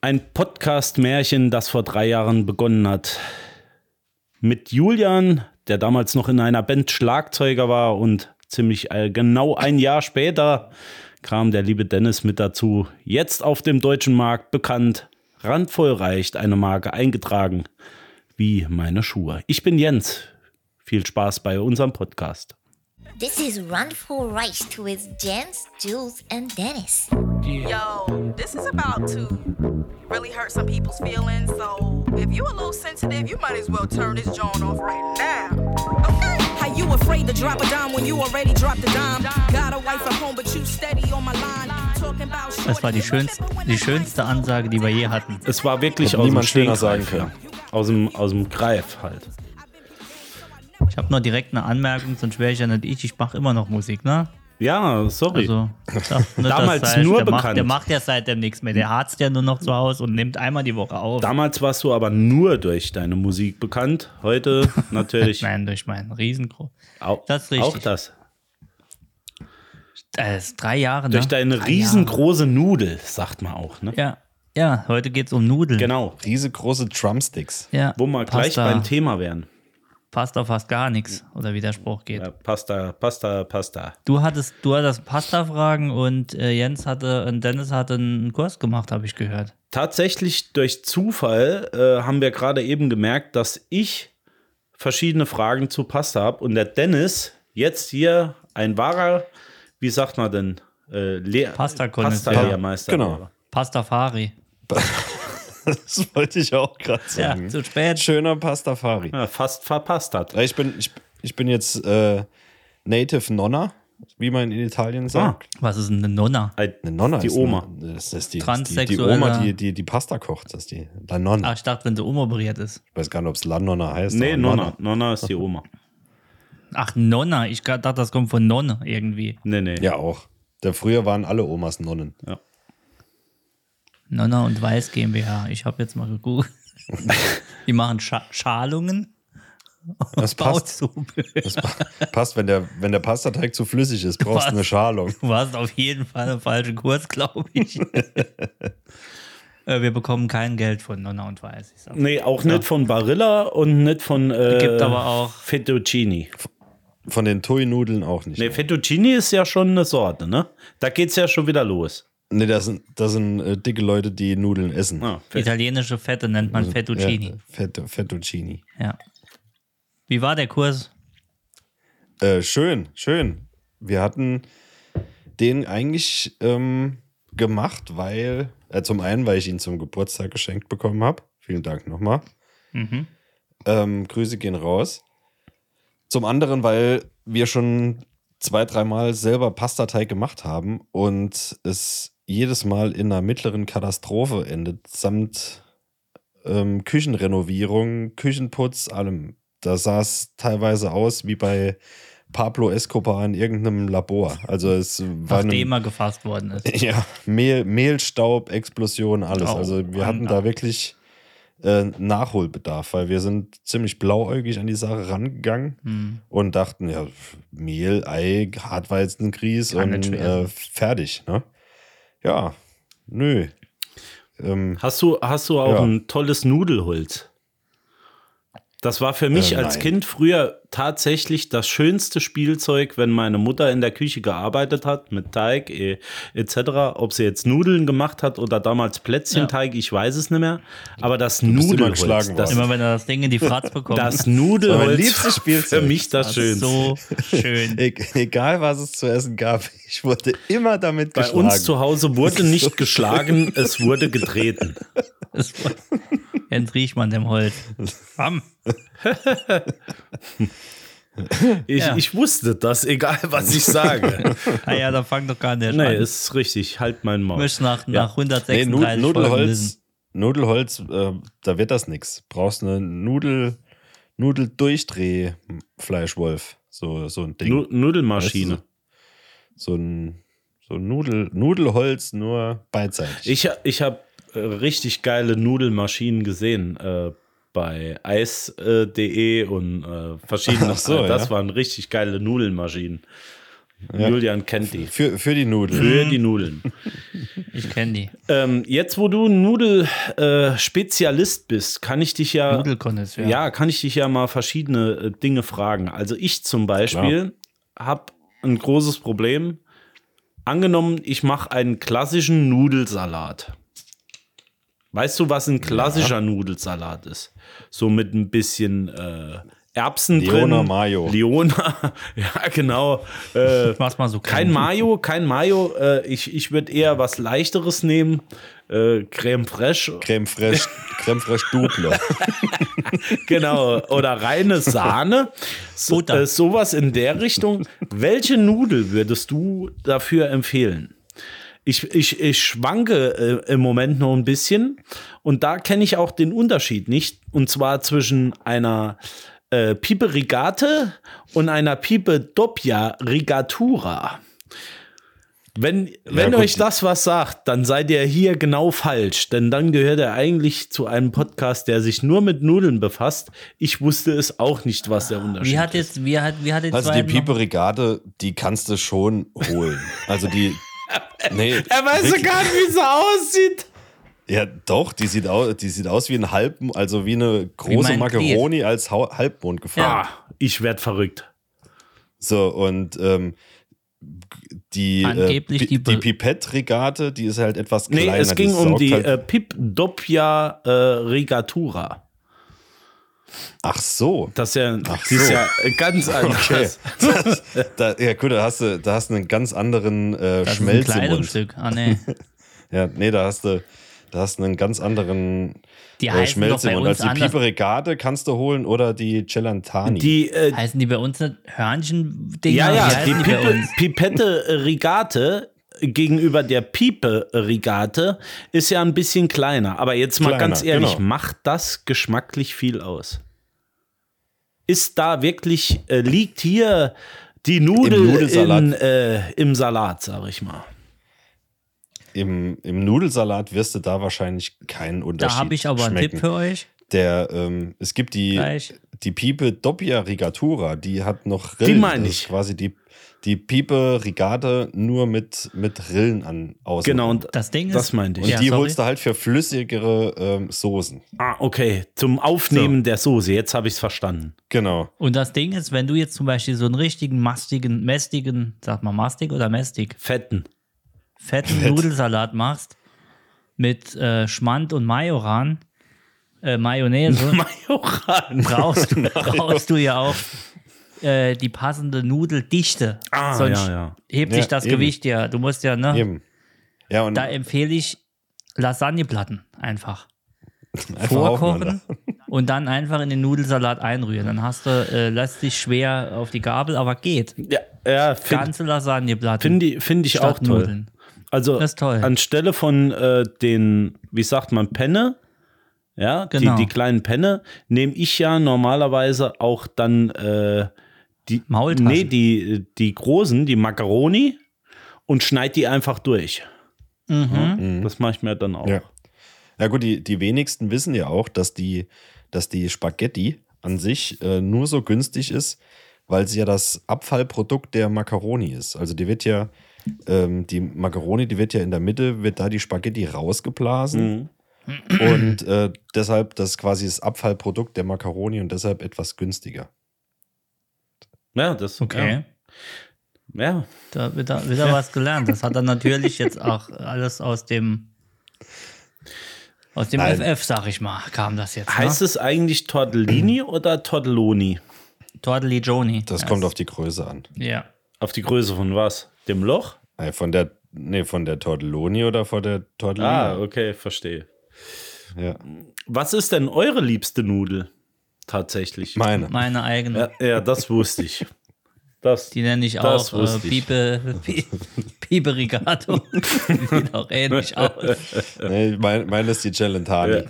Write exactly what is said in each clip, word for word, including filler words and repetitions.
Ein Podcast-Märchen, das vor drei Jahren begonnen hat. Mit Julian, der damals noch in einer Band Schlagzeuger war, und ziemlich äh, genau ein Jahr später kam der liebe Dennis mit dazu. Jetzt auf dem deutschen Markt bekannt, randvoll reicht, eine Marke eingetragen, wie meine Schuhe. Ich bin Jens. Viel Spaß bei unserem Podcast. This is Run for Rice with Jens, Jules, and Dennis. Yo, this is about to really hurt some people's feelings. So if you a little sensitive, you might as well turn this joint off right now. Okay? How you afraid to drop a dime when you already dropped a dime? Got a wife at home, but you steady on my line. Talking about. Das war die schönste, die schönste Ansage, die wir je hatten. Es war wirklich Hätte aus dem niemand schöner sagen Stegreif, können. ja. Aus dem, aus dem Greif halt. Ich habe nur direkt eine Anmerkung, sonst wäre ich ja nicht ich. Ich mache immer noch Musik, ne? Ja, sorry. Also, ich dachte nicht, Damals das heißt, nur der bekannt. Macht, der macht ja seitdem nichts mehr. Der harzt ja nur noch zu Hause und nimmt einmal die Woche auf. Damals warst du aber nur durch deine Musik bekannt. Heute natürlich Nein, durch meinen Riesengroß. auch, Das ist richtig. auch das. Das ist drei Jahre, ne? Durch deine Drei riesengroße Nudel, sagt man auch. Ne? Jahre. Ja, ja, heute geht es um Nudeln. Genau, Riesengroße Drumsticks. Ja, wo wir gleich Pasta, beim Thema wären. Pasta fast gar nichts, oder wie der Spruch geht. Ja, Pasta, Pasta, Pasta. Du hattest, du hattest Pasta-Fragen und äh, Jens hatte, und Dennis hatte einen Kurs gemacht, habe ich gehört. Tatsächlich durch Zufall äh, haben wir gerade eben gemerkt, dass ich verschiedene Fragen zu Pasta habe und der Dennis jetzt hier ein wahrer, wie sagt man denn, äh, Le- Pasta-Konnoisseur. Pasta-Lehrmeister. Genau. Pastafari. Das wollte ich auch gerade Ja, sagen. zu spät. Schöner Pastafari. Ja, fast verpasst hat. Ich bin, ich, ich bin jetzt äh, Native Nonna, wie man in Italien sagt. Was ist denn eine Nonna? Ein- Eine Nonna Die ist Oma. Eine, das ist die, die, die Transsexueller- Oma, die, die die Pasta kocht. Das ist die La Nonna. Ach, ich dachte, wenn sie umoperiert ist. Ich weiß gar nicht, ob es La Nonna heißt. Nee, aber Nonna. Nonna ist die Oma. Ach, Nonna. Ich dachte, das kommt von Nonne irgendwie. Nee, nee. Ja, auch. Der früher waren alle Omas Nonnen. Ja. Nonna und Weiß GmbH. Ich habe jetzt mal gegoogelt. Die machen Scha Schalungen. Das passt. Bauzubehör. Das pa- passt, wenn der, wenn der Pastateig zu flüssig ist, brauchst du Was? eine Schalung. Du hast auf jeden Fall einen falschen Kurs, glaube ich. Äh, Wir bekommen kein Geld von Nonna und Weiß. Ich sag. Nee, auch nicht von Barilla und nicht von äh, Gibt aber auch- Fettuccini. Von den Tui-Nudeln auch nicht. Nee, Fettuccini ist ja schon eine Sorte, ne? Da geht's ja schon wieder los. Nee, das sind, das sind äh, dicke Leute, die Nudeln essen. Ah, Fett- Italienische Fette nennt man Fettuccini. Ja, Fett, Fettuccini. Ja. Wie war der Kurs? Äh, schön, schön. Wir hatten den eigentlich ähm, gemacht, weil, äh, zum einen, weil ich ihn zum Geburtstag geschenkt bekommen habe. Vielen Dank nochmal. Mhm. Ähm, Grüße gehen raus. Zum anderen, weil wir schon zwei, dreimal selber Pastateig gemacht haben und es jedes Mal in einer mittleren Katastrophe endet, samt ähm, Küchenrenovierung, Küchenputz, allem. Da sah es teilweise aus wie bei Pablo Escobar in irgendeinem Labor. Also es war Nachdem eine, er gefasst worden ist. ja, Mehl, Mehlstaub, Explosion, alles. Oh, also wir hatten Mann. da wirklich äh, Nachholbedarf, weil wir sind ziemlich blauäugig an die Sache rangegangen Hm. und dachten, ja, Mehl, Ei, Hartweizengrieß Kann und nicht schwer äh, fertig. Ne? Ja, nö. Ähm, Hast du, hast du auch Ja. ein tolles Nudelholz? Das war für mich Äh, als nein. Kind früher tatsächlich das schönste Spielzeug, wenn meine Mutter in der Küche gearbeitet hat, mit Teig eh, et cetera. Ob sie jetzt Nudeln gemacht hat oder damals Plätzchenteig, ich weiß es nicht mehr. Aber das bist immer Nudelholz, geschlagen das, Immer wenn er das Ding in die Fratz bekommt. das mein Nudelholz liebstes war Spielzeug. für mich das, das Schönste. so schön. e egal, was es zu essen gab, ich wurde immer damit Bei geschlagen. uns zu Hause wurde nicht geschlagen, es wurde getreten. Das war, Jens Riechmann dem Holz. Bam. Ich, Ja. ich wusste das, egal was ich sage. Ah ja, da fang doch gar nicht Nee, an. ist richtig, halt mein Ich Maul. möchte nach, Ja. nach Nee, hundertsechsunddreißig Nu- Folgen Nudelholz, wissen. Nudelholz, äh, da wird das nix. Brauchst eine Nudel, Nudeldurchdreh-Fleischwolf. So, so ein Ding. Nu Nudelmaschine. Weißt du, so ein, so ein Nudel, Nudelholz, nur beidseitig. Ich, ich habe äh, richtig geile Nudelmaschinen gesehen äh, bei eis punkt de und äh, verschiedene. Ach so, das ja. waren richtig geile Nudelmaschinen. Ja. Julian kennt die. Für, für die Nudeln. Für die Nudeln. Ich kenne die. Ähm, jetzt, wo du Nudel-Spezialist bist, kann ich dich ja, Nudelkonnoisseur. ja, kann ich dich ja mal verschiedene äh, Dinge fragen. Also ich zum Beispiel habe ein großes Problem. Angenommen, ich mache einen klassischen Nudelsalat. Weißt du, was ein klassischer ja. Nudelsalat ist? So mit ein bisschen äh, Erbsen Leona drin. Mayo. Leona, ja genau. Äh, Was mal so kein kann. Mayo, kein Mayo. Äh, ich ich würde eher was Leichteres nehmen. Äh, Creme fraiche. Creme fraiche, Creme fraiche Double. Genau. Oder reine Sahne. So, Butter. äh, sowas in der Richtung. Welche Nudel würdest du dafür empfehlen? Ich, ich, ich schwanke äh, im Moment noch ein bisschen. Und da kenne ich auch den Unterschied nicht. Und zwar zwischen einer Äh, Pipe Rigate und einer Pipe Doppia Rigatura. Wenn, ja, wenn gut, euch das was sagt, dann seid ihr hier genau falsch, denn dann gehört er eigentlich zu einem Podcast, der sich nur mit Nudeln befasst. Ich wusste es auch nicht, was der Unterschied Wie hat ist. jetzt, wie hat, wie hat jetzt Also die Pipe Rigate, die kannst du schon holen. Also die. Nee, Er weiß ja gar nicht, wie sie aussieht. Ja, doch, die sieht aus, die sieht aus wie ein Halb, also wie eine große mein Macaroni Glied. als Hau- Halbmond gefahren. Ah, ich werd verrückt. So, und ähm, die, äh, Angeblich Pi- die Be- die Pipette-Regate, die ist halt etwas Nee, kleiner. es ging die um saugt die halt, äh, Pip Doppia äh, Rigatura. Ach so. Das ist ja, Ach die ist so. ja ganz anders. Okay. Da, ja, gut, da hast du, da hast du einen ganz anderen äh, Das ist ein Schmelz im Mund. Kleidungsstück. Ah, nee. Ja, nee, da hast du, da hast du einen ganz anderen Die äh, heißen Schmelz doch im bei Mund. uns Also die anders. Pipe Regate kannst du holen oder die Celantani. Die, äh, Heißen die bei uns nicht Hörnchen-Dinger? ja, Wie ja, heißen die die bei Pipe, uns? Pipette Rigate gegenüber der Pipe Rigate ist ja ein bisschen kleiner. Aber jetzt mal Kleiner, ganz ehrlich, genau. macht das geschmacklich viel aus? Ist da wirklich, äh, liegt hier die Nudel Im Nudelsalat. in, äh, im Salat, sag ich mal? Im, Im Nudelsalat wirst du da wahrscheinlich keinen Unterschied Da habe ich aber einen schmecken. Tipp für euch. Der, ähm, es gibt die, Gleich. die Pipe Doppia Rigatura, die hat noch Rillen. Die meine Das ich. ist quasi die, die Pipe Rigate nur mit, mit Rillen an außen. Genau, und Das Ding ist, das meinte ich. Und Ja, die sorry. holst du halt für flüssigere ähm, Soßen. Ah, okay, zum Aufnehmen der Soße, jetzt habe ich es verstanden. Genau. Und das Ding ist, wenn du jetzt zum Beispiel so einen richtigen mastigen, mästigen, sag mal mastig oder mästig, Fetten. fetten Nudelsalat machst mit äh, Schmand und Majoran, äh, Mayonnaise, Majoran. brauchst du, brauchst du ja auch äh, die passende Nudeldichte. Ah, Sonst ja, ja. hebt Ja, sich das eben. Gewicht ja. Du musst ja, ne? Eben. Ja, und Da empfehle ich Lasagneplatten einfach. einfach Vorkochen und dann einfach in den Nudelsalat einrühren. Dann hast du, äh, lässt dich schwer auf die Gabel, aber geht. Ja, ja finde Ganze Lasagneplatten. find ich, find ich auch statt toll. Nudeln. Also Das ist toll. anstelle von äh, den, wie sagt man, Penne, ja, Genau. die, die kleinen Penne, nehme ich ja normalerweise auch dann äh, die, Maultaschen. nee, die, die großen, die Macaroni und schneide die einfach durch. Mhm. Das mache ich mir dann auch. Ja. Ja gut, die, die wenigsten wissen ja auch, dass die, dass die Spaghetti an sich äh, nur so günstig ist, weil sie ja das Abfallprodukt der Macaroni ist. Also die wird ja, ähm, die Macaroni, die wird ja in der Mitte, wird da die Spaghetti rausgeblasen. Und äh, deshalb, das ist quasi das Abfallprodukt der Macaroni und deshalb etwas günstiger. Ja, das Okay. Ja. ja. Da wird er wieder was gelernt. Das hat er natürlich jetzt auch alles aus dem aus dem Nein. F F, sag ich mal, kam das jetzt. Heißt ne? es eigentlich Tortellini oder Tortelloni? Tortelli Joni. Das Ja, kommt auf die Größe an. Ja. Auf die Größe von was? Dem Loch? Äh, Von der, nee, von der Tortelloni oder von der Tortellini? Ah, okay, verstehe. Ja. Was ist denn eure liebste Nudel? Tatsächlich. Meine. Meine eigene. Ja, ja, das wusste ich. Das, Die nenne ich das auch äh, wusste ich. Pipe, Pi- Pipe Rigato. Die sieht auch ähnlich aus. Nee, mein, meine ist die Celentani.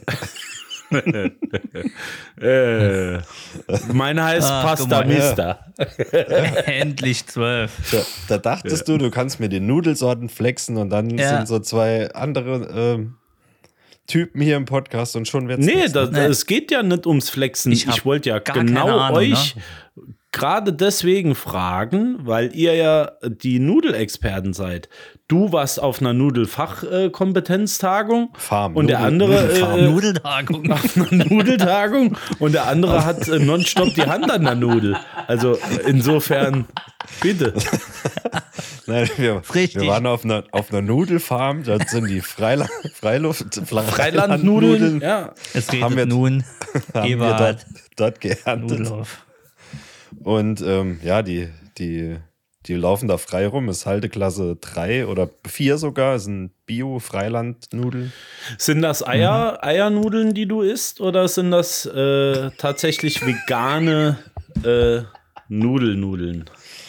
äh, meine heißt Ach, Pasta guck mal, Mista. Endlich zwölf. Da, da dachtest du, du kannst mir die Nudelsorten flexen und dann Ja. sind so zwei andere ähm, Typen hier im Podcast und schon wird's Nee, nichts, das, Nee. es geht ja nicht ums Flexen. Ich Ich, hab wollte ja gar keine genau Ahnung, euch ne? gerade deswegen fragen, weil ihr ja die Nudelexperten seid. Du warst auf einer Nudelfachkompetenztagung Farm, und der Nudel- andere Nudelfarm. äh, Nudeltagung. auf einer Nudeltagung und der andere hat äh, nonstop die Hand an der Nudel. Also äh, insofern, bitte. Nein, wir, Richtig. wir waren auf einer, auf einer Nudelfarm, da sind die Freiland, Freiluft, Freilandnudeln, ja. Es Haben redet wir- nun haben wir Eberhard dort, dort geerntet. Nudelhoff. Und ähm, ja, die, die, die laufen da frei rum. Ist Halteklasse drei oder vier sogar. Es sind Bio-Freilandnudeln. Sind das Eier, Eiernudeln, die du isst, oder sind das äh, tatsächlich vegane äh, Nudelnudeln?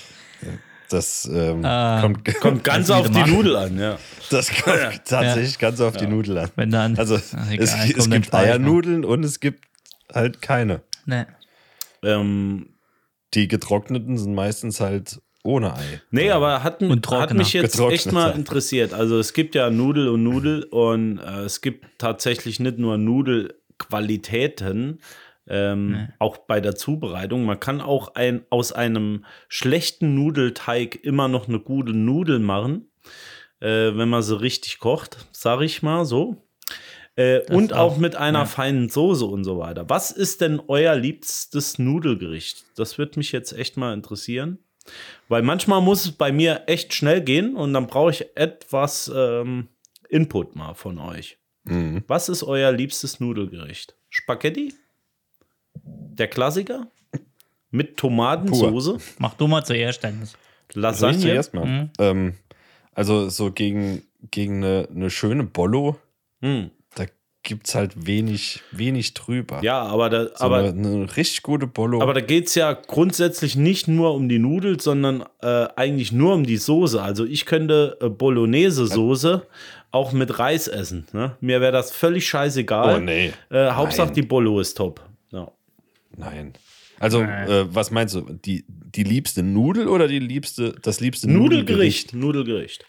Das ähm, Ah. kommt, Kommt ganz Also auf wie die du machst. Nudel an, ja. das kommt tatsächlich ganz auf die Nudel an. Wenn dann, Also ach, egal, es, es komm, dann gibt spar ich mal. Eiernudeln und es gibt halt keine. Nee. Ähm, Die getrockneten sind meistens halt ohne Ei. Nee, aber hat, Und hat trockener. mich jetzt Getrocknet echt mal sein. interessiert. Also es gibt ja Nudel und Nudel und äh, es gibt tatsächlich nicht nur Nudelqualitäten, ähm, auch bei der Zubereitung. Man kann auch ein, aus einem schlechten Nudelteig immer noch eine gute Nudel machen, äh, wenn man sie richtig kocht, sag ich mal so. Äh, und auch, auch, mit einer ja. feinen Soße und so weiter. Was ist denn euer liebstes Nudelgericht? Das würde mich jetzt echt mal interessieren. Weil manchmal muss es bei mir echt schnell gehen und dann brauche ich etwas ähm, Input mal von euch. Mhm. Was ist euer liebstes Nudelgericht? Spaghetti? Der Klassiker? Mit Tomatensoße? Mach du mal zuerst, Dennis. Soll ich Lasagne? zuerst mal? Mhm. Ähm, also so gegen, gegen eine, eine schöne Bollo, Hm. da gibt es halt wenig, wenig drüber. Ja, aber da, so aber, eine, eine richtig gute Bollo. aber da geht es ja grundsätzlich nicht nur um die Nudel, sondern äh, eigentlich nur um die Soße. Also ich könnte äh, Bolognese-Soße auch mit Reis essen. Ne? Mir wäre das völlig scheißegal. Oh, nee. Äh, Hauptsache Nein. die Bollo ist top. Ja. Nein. Also, äh, was meinst du? Die, die liebste Nudel oder die liebste, das liebste Nudelgericht. Nudelgericht.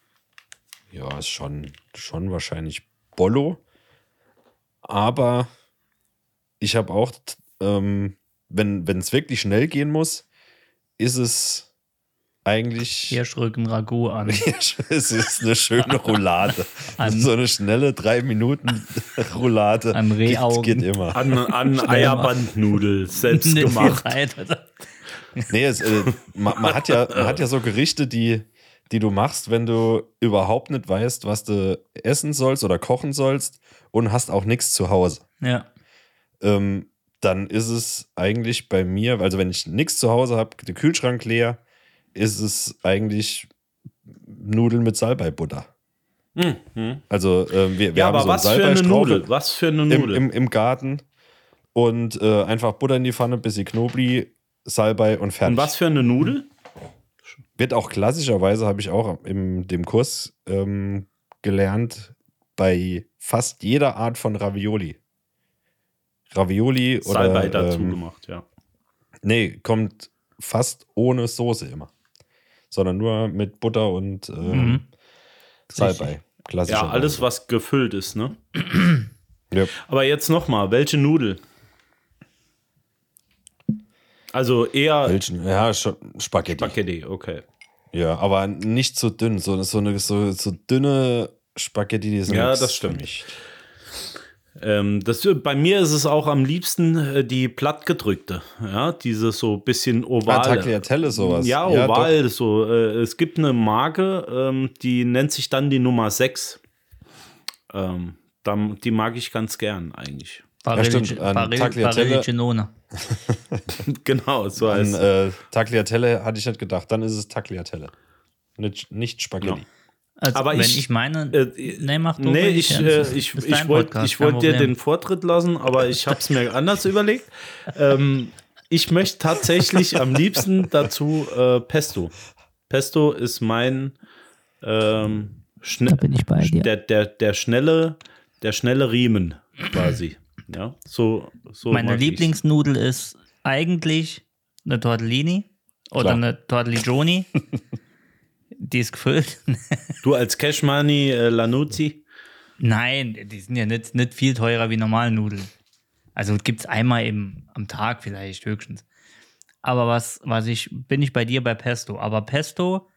Ja, ist schon, schon wahrscheinlich Bollo. Aber ich habe auch, t- ähm, wenn es wirklich schnell gehen muss, ist es eigentlich. Hirschrücken Ragout an. Es ist eine schöne Roulade. An- so eine schnelle drei Minuten Roulade. An geht, Rehaugen. geht immer. An, an Eierbandnudel, selbst gemacht. Nee, es, äh, man, man, hat ja, man hat ja so Gerichte, die, die du machst, wenn du überhaupt nicht weißt, was du essen sollst oder kochen sollst und hast auch nichts zu Hause. Ja. Ähm, dann ist es eigentlich bei mir, also wenn ich nichts zu Hause habe, den Kühlschrank leer, ist es eigentlich Nudeln mit Salbeibutter. Mhm. Also äh, wir, wir Ja, haben aber so was für eine Salbeistrauche Nudel? Was für eine im, Nudel? im, im Garten und äh, einfach Butter in die Pfanne, bisschen Knobli, Salbei und fertig. Und was für eine Nudel? Wird auch klassischerweise, habe ich auch in dem Kurs ähm, gelernt, bei fast jeder Art von Ravioli. Ravioli oder. Salbei dazu ähm, gemacht, ja. Nee, kommt fast ohne Soße immer. Sondern nur mit Butter und ähm, Mhm. Salbei. Klassischerweise. Ja, alles, was gefüllt ist, ne? Ja. Aber jetzt nochmal, welche Nudel? Also eher Welchen? Ja, schon Spaghetti. Spaghetti, okay. Ja, aber nicht so dünn. So, so, eine, so, so dünne Spaghetti, die sind Ja, nix das für stimmt. mich. Ähm, das, bei mir ist es auch am liebsten äh, die plattgedrückte, ja, diese so bisschen Ah, ovale. Tagliatelle, sowas. Ja, oval, so. Äh, es gibt eine Marke, ähm, die nennt sich dann die Nummer sechs. Ähm, dann, die mag ich ganz gern eigentlich. Ja, stimmt. An Tagliatelle- Parelli-Cenone. Genau, so An heißt es. äh, Tagliatelle hatte ich nicht gedacht. Dann ist es Tagliatelle. Nicht, nicht Spaghetti. Ja. Also, Aber wenn ich- ich, meine. Äh, nee, mach du. Nee, wenn ich, ja, äh, das ist- ich, ist ich dein wollte Podcast, ich wollt kein dir Problem. den Vortritt lassen, aber ich habe es mir anders überlegt. Ähm, ich möchte tatsächlich am liebsten dazu äh, Pesto. Pesto ist mein ähm, schne- Da bin ich bei dir. der, der, der, schnelle, der schnelle Riemen quasi. Ja, so, so Meine mag ich's. Lieblingsnudel ist eigentlich eine Tortellini oder Klar. eine Tortelligioni. Die ist gefüllt. Du als Cashmani äh, Lanuzzi. Nein, die sind ja nicht, nicht viel teurer wie normale Nudeln. Also gibt es einmal im, am Tag vielleicht höchstens. aber was, was ich, bin ich bei dir bei Pesto. Aber Pesto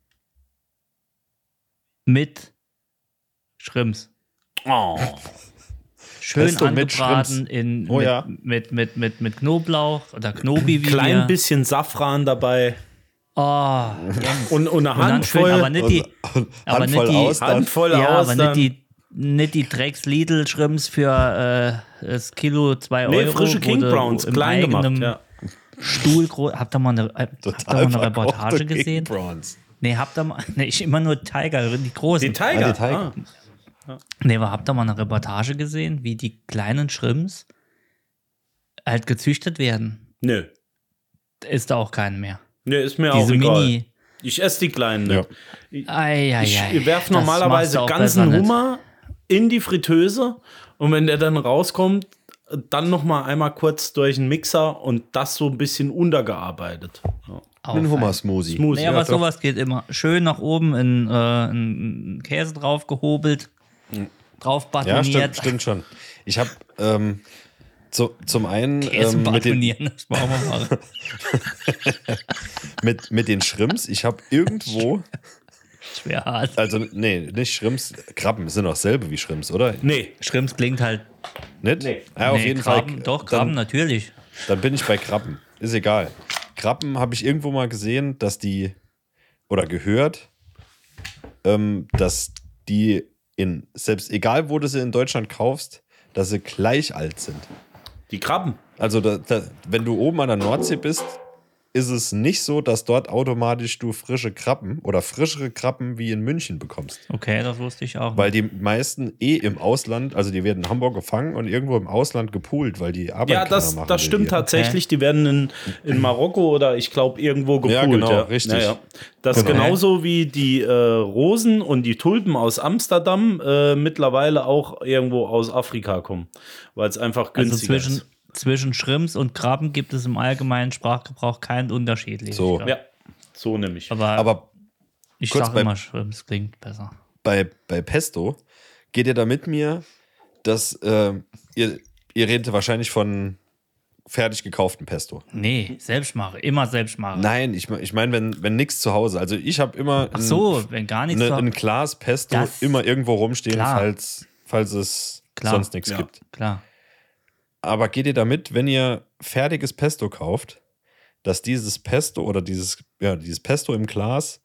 mit Shrimps. Oh. Schön Pesto mit angebraten Shrimps. in, Oh mit, ja. mit, mit, mit, mit Knoblauch oder Knobi wie Klein wir. bisschen Safran dabei. Oh, Und, und eine und dann schön, Handvoll, aber nicht die, aber Handvoll nicht die, Austern. Handvoll ja, aber Austern. nicht die, nicht die Drecks-Lidl-Shrimps für äh, das Kilo zwei Nee, Euro. frische King wo du Browns, im klein gemacht. eigenen Ja. Stuhl groß. Habt ihr mal eine, äh, habt ihr mal eine Reportage verkochte gesehen? King Prawns. Nee, habt ihr mal, nee, ich immer nur Tiger, die großen. Die Tiger. Ah, die Tiger. Ah. Nee, aber habt ihr mal eine Reportage gesehen, wie die kleinen Shrimps halt gezüchtet werden? Nö. Ist da auch keinen mehr. Nee, ist mir Diese auch egal. Mini. Ich esse die kleinen. Ja. nicht. Ei, ei, Ich ei. werfe Das normalerweise machst du auch ganzen besser nicht. Hummer in die Fritteuse und wenn der dann rauskommt, dann noch mal einmal kurz durch den Mixer und das so ein bisschen untergearbeitet. Ja. Auch Ein fein. Hummer-Smoothie. Smoothie. Nee, Ja, aber doch. sowas geht immer. Schön nach oben in, äh, in Käse drauf gehobelt, drauf Ja, batoniert. stimmt, stimmt schon. Ich habe ähm, zu, zum einen Käse ähm, mit, den, batonieren, das brauchen wir machen. mit, mit den Shrimps, ich habe irgendwo, Schwer hart. also nee, nicht Shrimps, Krabben sind auch selbe wie Shrimps, oder? Nee, Shrimps klingt halt. Nicht? Nee. Ja, auf nee, jeden Krabben, Fall. Doch, Krabben, dann, natürlich. dann bin ich bei Krabben. Ist egal. Krabben habe ich irgendwo mal gesehen, dass die, oder gehört, ähm, dass die in, selbst egal wo du sie in Deutschland kaufst, dass sie gleich alt sind. die Krabben. Also, da, da, wenn du oben an der Nordsee bist, ist es nicht so, dass dort automatisch du frische Krabben oder frischere Krabben wie in München bekommst. Okay, das wusste ich auch. Weil die meisten eh im Ausland, also die werden in Hamburg gefangen und irgendwo im Ausland gepoolt, weil die Arbeit Ja, keiner das, machen das will stimmt hier. tatsächlich. Die werden in, in Marokko oder ich glaube irgendwo gepoolt. Ja, genau, richtig. Ja, ja. Das ist Genau. genauso wie die äh, Rosen und die Tulpen aus Amsterdam äh, mittlerweile auch irgendwo aus Afrika kommen, weil es einfach also günstiger zwischen, ist. zwischen Shrimps und Krabben gibt es im allgemeinen Sprachgebrauch keinen Unterschied. lese So. ich gerade. Ja, so nämlich. Aber, Aber ich kurz sage bei- immer, Shrimps klingt besser. bei, bei Pesto geht ihr da mit mir, dass äh, ihr, ihr redet wahrscheinlich von fertig gekauftem Pesto. Nee, selbst mache. Immer selbst mache. Nein, ich, me- ich meine, wenn, wenn nichts zu Hause. Also ich habe immer Ach ein, so, wenn gar nichts ne, zu- ein Glas Pesto Das- immer irgendwo rumstehen, Klar. falls, falls es Klar. sonst nichts Ja. gibt. Klar. Aber geht ihr damit, wenn ihr fertiges Pesto kauft, dass dieses Pesto oder dieses, ja, dieses Pesto im Glas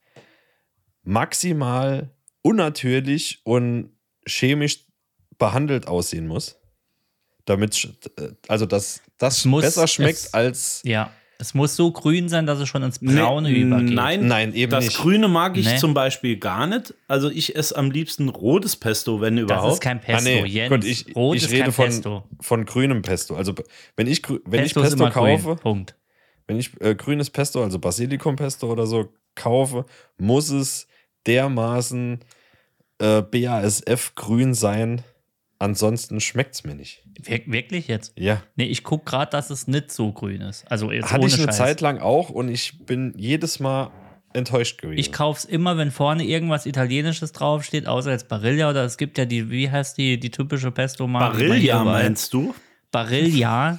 maximal unnatürlich und chemisch behandelt aussehen muss? Damit, sch- äh, also dass das Es muss- besser schmeckt es- als. Ja. Es muss so grün sein, dass es schon ins Nee, Braune übergeht. Nein, Nein, eben das nicht. Grüne mag ich Nee. zum Beispiel gar nicht. Also ich esse am liebsten rotes Pesto, wenn Das überhaupt. ist kein Pesto, Ah, nee, Jens. gut, ich, Rot ich ist rede kein von, Pesto. von grünem Pesto. Also wenn ich, grü- wenn Pesto ich ist Pesto immer kaufe, grün. Punkt. wenn ich äh, grünes Pesto, also Basilikumpesto oder so kaufe, muss es dermaßen äh, B A S F grün sein. Ansonsten schmeckt es mir nicht. Wir, wirklich jetzt? Ja. Nee, ich gucke gerade, dass es nicht so grün ist. Also jetzt Hatte ohne ich eine Scheiß. Zeit lang auch und ich bin jedes Mal enttäuscht gewesen. Ich kauf's immer, wenn vorne irgendwas Italienisches draufsteht, außer jetzt Barilla oder es gibt ja die, wie heißt die, die typische Pesto-Marke? die man hier Barilla überall- meinst du? Barilla.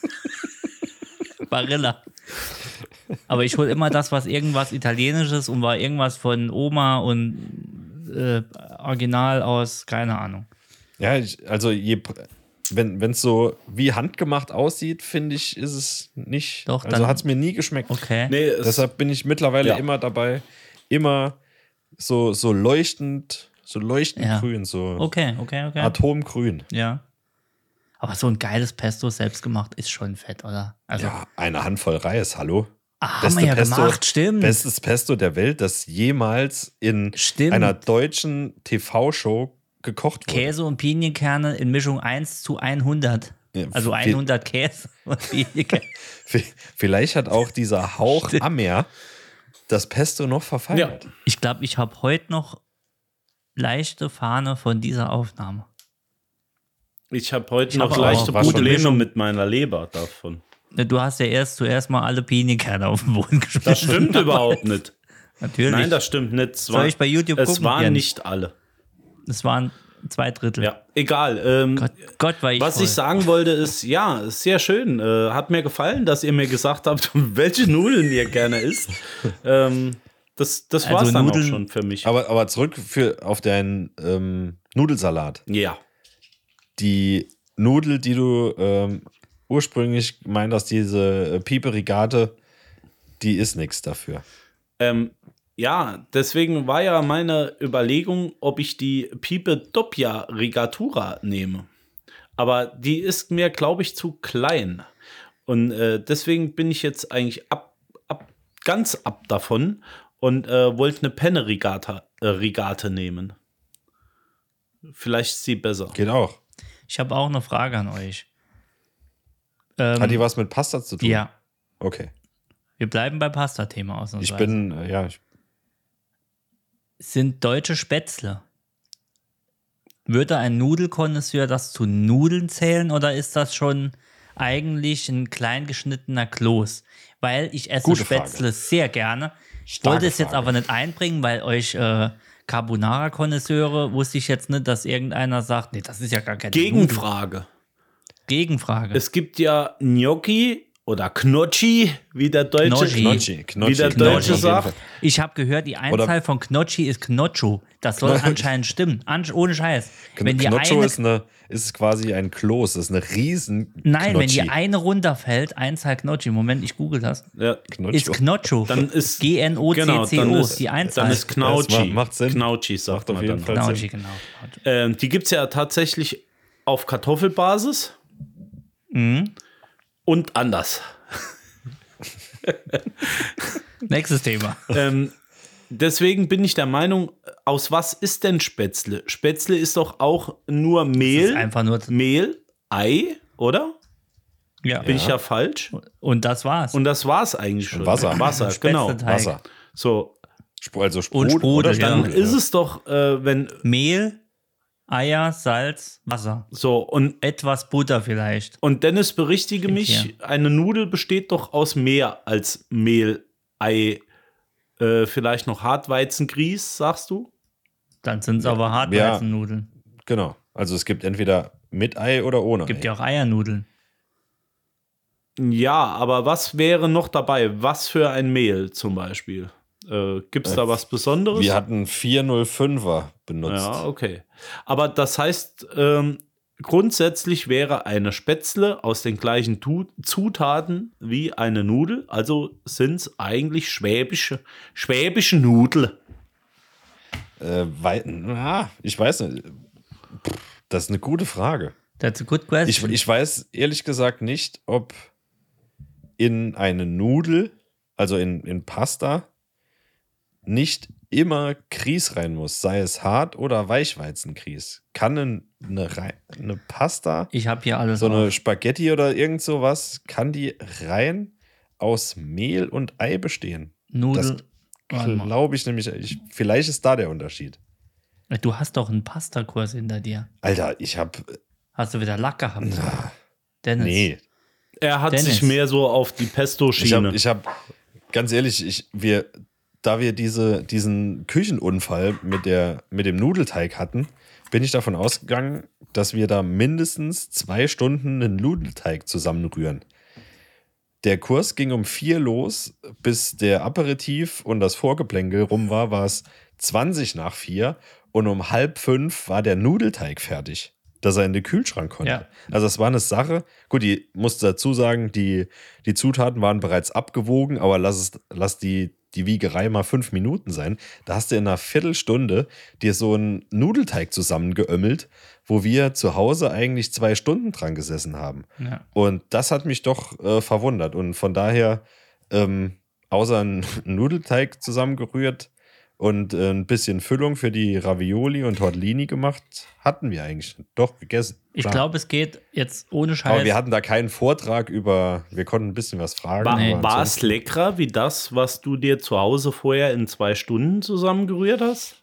Barilla. Aber ich hole immer das, was irgendwas Italienisches und war irgendwas von Oma und äh, Original aus, keine Ahnung. Ja, ich, also je, wenn es so wie handgemacht aussieht, finde ich, ist es nicht. Doch, also dann- hat es mir nie geschmeckt. Okay. Nee, es, Deshalb bin ich mittlerweile Ja. immer dabei, immer so, so leuchtend, so leuchtend Ja. grün, so Okay, okay, okay. atomgrün. Ja. Aber so ein geiles Pesto selbst gemacht ist schon fett, oder? Also, Ja, eine Handvoll Reis, hallo. ah, haben wir ja gemacht, stimmt. Bestes Pesto der Welt, das jemals in Stimmt. einer deutschen T V-Show gekocht wurde. Käse und Pinienkerne in Mischung eins zu hundert. Ja, Also viel- hundert Käse und Pinienkerne. V- Vielleicht hat auch dieser Hauch Amer das Pesto noch verfeinert. Ich glaube, ich habe heute noch leichte Fahne von dieser Aufnahme. ich habe heute Ich noch hab leichte auch- war schon Probleme Mischung. mit meiner Leber davon. Du hast ja erst zuerst mal alle Pinienkerne auf den Boden geschmissen. Das stimmt überhaupt nicht. Natürlich. Nein, das stimmt nicht. Es, Soll war, ich bei YouTube es gucken, waren Jens? nicht alle. Es waren zwei Drittel. Ja, egal. Ähm, Gott, Gott war ich was voll. ich sagen wollte ist, ja, ist sehr schön. Äh, hat mir gefallen, dass ihr mir gesagt habt, welche Nudeln ihr gerne isst. ähm, das das Also war es dann Nudeln- auch schon für mich. Aber, aber zurück für, auf deinen ähm, Nudelsalat. ja. Die Nudel, die du ähm, ursprünglich gemeint hast, diese äh, Piperigate, die ist nichts dafür. Ähm, ja, deswegen war ja meine Überlegung, ob ich die Pipe Doppia Rigatura nehme. Aber die ist mir, glaube ich, zu klein. Und äh, deswegen bin ich jetzt eigentlich ab, ab, ganz ab davon und äh, wollte eine Penne Rigata, äh, Rigate nehmen. Vielleicht ist sie besser. Geht auch. Ich habe auch eine Frage an euch. Ähm, Hat die was mit Pasta zu tun? ja, Okay. wir bleiben bei Pasta-Thema ausnahmsweise. Ich bin, äh, ja, ich, Sind deutsche Spätzle. Würde ein Nudelkonnoisseur das zu Nudeln zählen oder ist das schon eigentlich ein klein geschnittener Kloß? Weil ich esse Gute Frage. Spätzle sehr gerne. Ich Starke wollte es jetzt Frage. aber nicht einbringen, weil euch äh, Carbonara-Konnoisseure wusste ich jetzt nicht, dass irgendeiner sagt, nee, das ist ja gar keine Nudel. Gegenfrage. Gegenfrage. Es gibt ja Gnocchi oder Gnocchi, wie der Deutsche, Gnocchi. Gnocchi, Gnocchi. wie der Gnocchi. Deutsche Auf jeden sagt. Fall. Ich habe gehört, die Einzahl Oder- von Gnocchi ist Gnoccho. Das soll anscheinend stimmen. An, ohne Scheiß. Wenn die Gnoccho eine, ist, eine, ist quasi ein Kloß, das ist eine riesen nein, wenn die Gnocchi. eine runterfällt, Einzahl Gnocchi. Moment, ich google das. Ja. Gnoccho. Ist Gnoccho. Dann ist G N O C C O, genau, dann ist, die Einzahl. dann ist Gnocchi. Das macht Sinn. Gnocchi sagt Macht auf man jeden dann. Fall Gnocchi, Sinn. genau. Ähm, die gibt es ja tatsächlich auf Kartoffelbasis Mhm. und anders. Nächstes Thema. ähm, deswegen bin ich der Meinung, aus was ist denn Spätzle? Spätzle ist doch auch nur Das Mehl, ist einfach nur. Mehl, Ei, oder? Ja. Bin ich ja falsch? Und das war's. Und das war es eigentlich schon. Wasser. Wasser, genau. Spätzleteig. Wasser. So, Spr- Also Und Sprudel, Sprudel, oder ja. dann Sprudel, ist es doch, äh, wenn Mehl, Eier, Salz, Wasser. so und Etwas Butter vielleicht. Und Dennis, berichtige Stimmt, mich, eine Nudel besteht doch aus mehr als Mehl, Ei, äh, vielleicht noch Hartweizengrieß, sagst du? Dann sind es aber Hartweizennudeln. Genau. Also es gibt entweder mit Ei oder ohne Gibt Ei. ja auch Eiernudeln. Ja, aber was wäre noch dabei? Was für ein Mehl zum Beispiel? Äh, Gibt es da was Besonderes? Wir hatten vier null fünfer benutzt. Ja, okay. Aber das heißt, ähm, grundsätzlich wäre eine Spätzle aus den gleichen tu Zutaten wie eine Nudel. Also sind es eigentlich schwäbische, schwäbische Nudeln. Äh, wei- na, ich weiß nicht. Pff, Das ist eine gute Frage. That's a good Ich, question. ich weiß ehrlich gesagt nicht, ob in eine Nudel, also in, in Pasta, nicht immer Grieß rein muss, sei es Hart- oder Weichweizengrieß. Kann eine, eine, Rei- eine Pasta, Ich habe hier alles so eine auf. Spaghetti oder irgend sowas, kann die rein aus Mehl und Ei bestehen? Nudel. Das Warte mal. glaube ich nämlich, ich, vielleicht ist da der Unterschied. Du hast doch einen Pastakurs hinter dir. Alter, ich habe, Hast du wieder Lack gehabt? Dennis. nee, Er hat Dennis. sich mehr so auf die ich Pesto-Schiene. habe, ich hab, ganz ehrlich, ich, wir, da wir diese, diesen Küchenunfall mit, der, mit dem Nudelteig hatten, bin ich davon ausgegangen, dass wir da mindestens zwei Stunden einen Nudelteig zusammenrühren. Der Kurs ging um vier los, bis der Aperitif und das Vorgeplänkel rum war, war es zwanzig nach vier und um halb fünf war der Nudelteig fertig, dass er in den Kühlschrank konnte. Ja. Also es war eine Sache, gut, ich muss dazu sagen, die, die Zutaten waren bereits abgewogen, aber lass, es, lass die, die Wiegerei mal fünf Minuten sein. Da hast du in einer Viertelstunde dir so einen Nudelteig zusammengeömmelt, wo wir zu Hause eigentlich zwei Stunden dran gesessen haben. Ja. Und das hat mich doch äh, verwundert. Und von daher, ähm, außer einen Nudelteig zusammengerührt und äh, ein bisschen Füllung für die Ravioli und Tortellini gemacht, hatten wir eigentlich doch gegessen. Ich Klar. glaube, es geht jetzt ohne Scheiß. Aber wir hatten da keinen Vortrag über, wir konnten ein bisschen was fragen. War, Nee. aber war es ansonsten- leckerer wie das, was du dir zu Hause vorher in zwei Stunden zusammengerührt hast?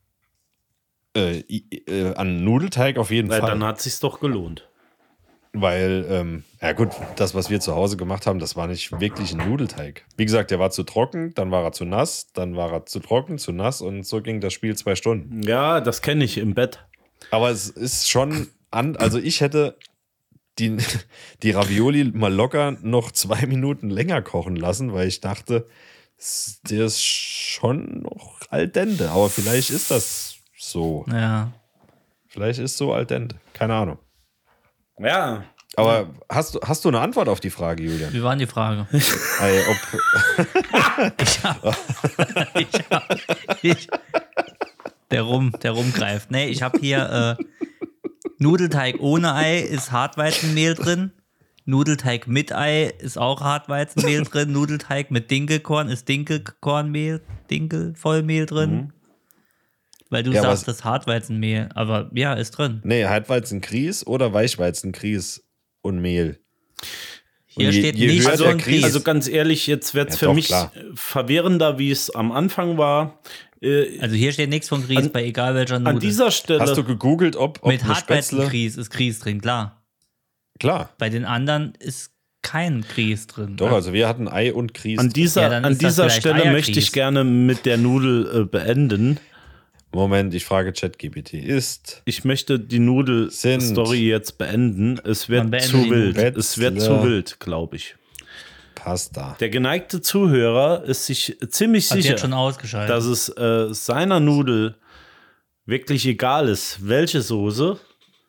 Äh, i- äh, an Nudelteig auf jeden Weil Fall. dann hat es sich doch gelohnt. Weil, ähm, ja gut, das, was wir zu Hause gemacht haben, das war nicht wirklich ein Nudelteig. Wie gesagt, der war zu trocken, dann war er zu nass, dann war er zu trocken, zu nass und so ging das Spiel zwei Stunden. Ja, das kenne ich im Bett. Aber es ist schon an, also ich hätte die, die Ravioli mal locker noch zwei Minuten länger kochen lassen, weil ich dachte, der ist schon noch al dente. Aber vielleicht ist das so. Ja. Vielleicht ist so al dente. Keine Ahnung. Ja. Aber hast du, hast du eine Antwort auf die Frage, Julian? Wie war denn die Frage? Ey, ob, Ich hab, ich hab, ich, der rum, der rumgreift. Nee, ich habe hier äh, Nudelteig ohne Ei ist Hartweizenmehl drin. Nudelteig mit Ei ist auch Hartweizenmehl drin. Nudelteig mit Dinkelkorn ist Dinkelkornmehl, Dinkelvollmehl drin. Mhm. Weil du Ja, sagst, was- das ist Hartweizenmehl. Aber ja, ist drin. nee, Hartweizen-Grieß oder Weichweizen-Grieß und Mehl. Hier Und je- steht je nicht höher so der ein Grieß- Grieß. Also ganz ehrlich, jetzt wird es Ja, für doch, mich klar. verwirrender, wie es am Anfang war. Äh, Also hier steht nichts von Grieß An- bei egal welcher Nudel. an dieser Stelle. Hast du gegoogelt, ob, ob Mit eine Spätzle... Hartweizengrieß ist Grieß drin, klar. Klar. Bei den anderen ist kein Grieß drin. Doch, also wir hatten Ei und Grieß. An dieser, Ja, dann an ist das dieser vielleicht Stelle Eiergrieß. möchte ich gerne mit der Nudel äh, beenden. Moment, ich frage ChatGPT. Ist Ich möchte die Sind- Nudel-Story jetzt beenden. Es wird Man beendet zu die wild. Nudel. Es wird Spätzle. zu wild, glaube ich. Pasta. Der geneigte Zuhörer ist sich ziemlich Hat sicher, jetzt schon ausgeschaltet. dass es äh, seiner Nudel wirklich egal ist, welche Soße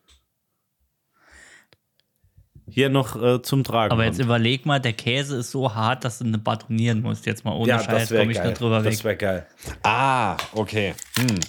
hier noch äh, zum Tragen Aber jetzt kommt. überleg mal, der Käse ist so hart, dass du ihn batonieren musst. Jetzt mal ohne Ja, Scheiß das wäre komme ich geil. nicht drüber Das weg. wäre geil. Ah, okay. Hm.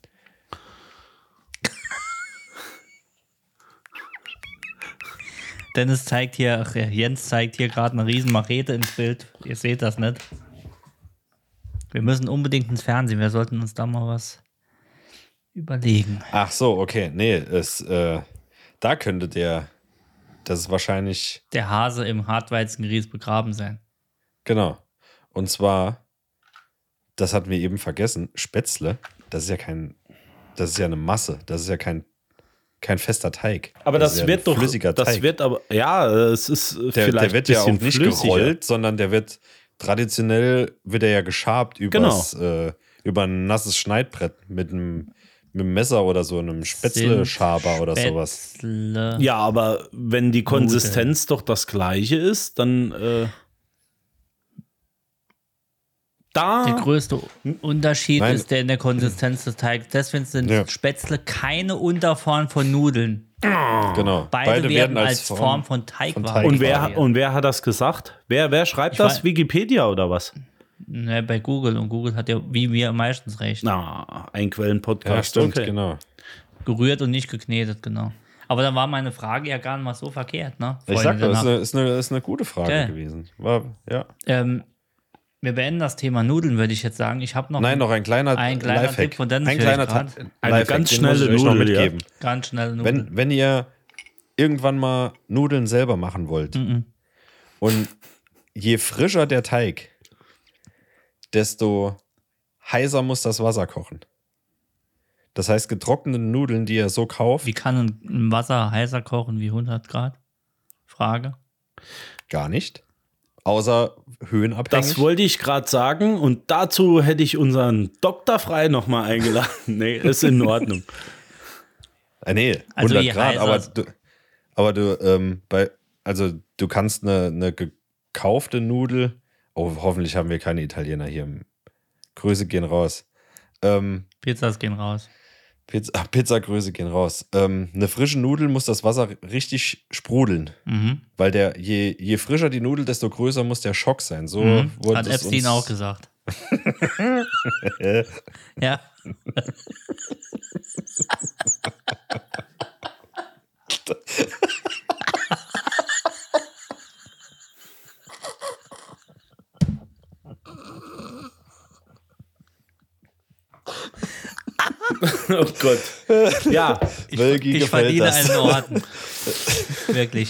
Dennis zeigt hier, ach, ja, Jens zeigt hier gerade eine riesen Machete ins Bild. Ihr seht das nicht. Wir müssen unbedingt ins Fernsehen. Wir sollten uns da mal was überlegen. Ach so, okay. Nee, es, äh, da könnte der, das ist wahrscheinlich, Der Hase im Hartweizengrieß begraben sein. genau. Und zwar, das hatten wir eben vergessen, Spätzle, das ist ja kein, das ist ja eine Masse, das ist ja kein, kein fester Teig. Aber das, ist ja wird ein doch, flüssiger das Teig. wird aber, ja, es ist äh, der, vielleicht der wird ja auch ein bisschen nicht flüssiger. gerollt, sondern der wird traditionell wird er ja geschabt übers, äh, über ein nasses Schneidbrett mit einem mit einem Messer oder so einem Spätzle-Schaber oder sowas. Spätzle. Ja, aber wenn die Konsistenz doch das gleiche ist, dann äh, da Der größte Unterschied Nein. ist der in der Konsistenz des Teigs. Deswegen sind Ja. Spätzle keine Unterform von Nudeln. Genau. Beide, werden als Form, von Teig von Teig. wahrgenommen. und wer und wer hat das gesagt? Wer wer schreibt Ich das? weiß- Wikipedia oder was? Ne, bei Google. Und Google hat ja wie mir meistens recht. Na, ein Quellenpodcast. Ja, stimmt, okay. genau. Gerührt und nicht geknetet, genau. Aber dann war meine Frage ja gar nicht mal so verkehrt, ne? Ich Freunde sag der doch, ist Nacht. eine, ist, eine, ist eine gute Frage Geil. gewesen. War, ja. Ähm, wir beenden das Thema Nudeln, würde ich jetzt sagen. Ich habe noch Nein, noch ein kleiner, ein kleiner Lifehack. Tipp von Dennis ein höre ich kleiner grad. Ta- Eine Lifehack, ganz den muss ich schnelle euch noch Nudel, ja. mitgeben. ganz schnelle Nudeln. Wenn, wenn ihr irgendwann mal Nudeln selber machen wollt Mhm. und je frischer der Teig, desto heißer muss das Wasser kochen. Das heißt, getrocknete Nudeln, die ihr so kauft, Wie kann ein- ein Wasser heißer kochen wie hundert Grad? Frage. gar nicht. Außer höhenabhängig. Das wollte ich gerade sagen und dazu hätte ich unseren Doktor Frei nochmal eingeladen. Nee, ist in Ordnung. Äh, nee, Also hundert je Grad, heißer aber es- du, aber du, ähm, bei, also du kannst eine, eine gekaufte Nudel, oh, hoffentlich haben wir keine Italiener hier. Grüße gehen raus. Ähm, Pizzas gehen raus. Pizza, Pizzagröße gehen raus. Ähm, eine frische Nudel muss das Wasser richtig sprudeln, Mhm. weil der, je, je frischer die Nudel, desto größer muss der Schock sein. So Mhm. wurde Hat es Epstein uns- auch gesagt. Ja. Oh Gott. Ja, Ich, Wölki ich gefällt verdiene das. einen Orden. Wirklich.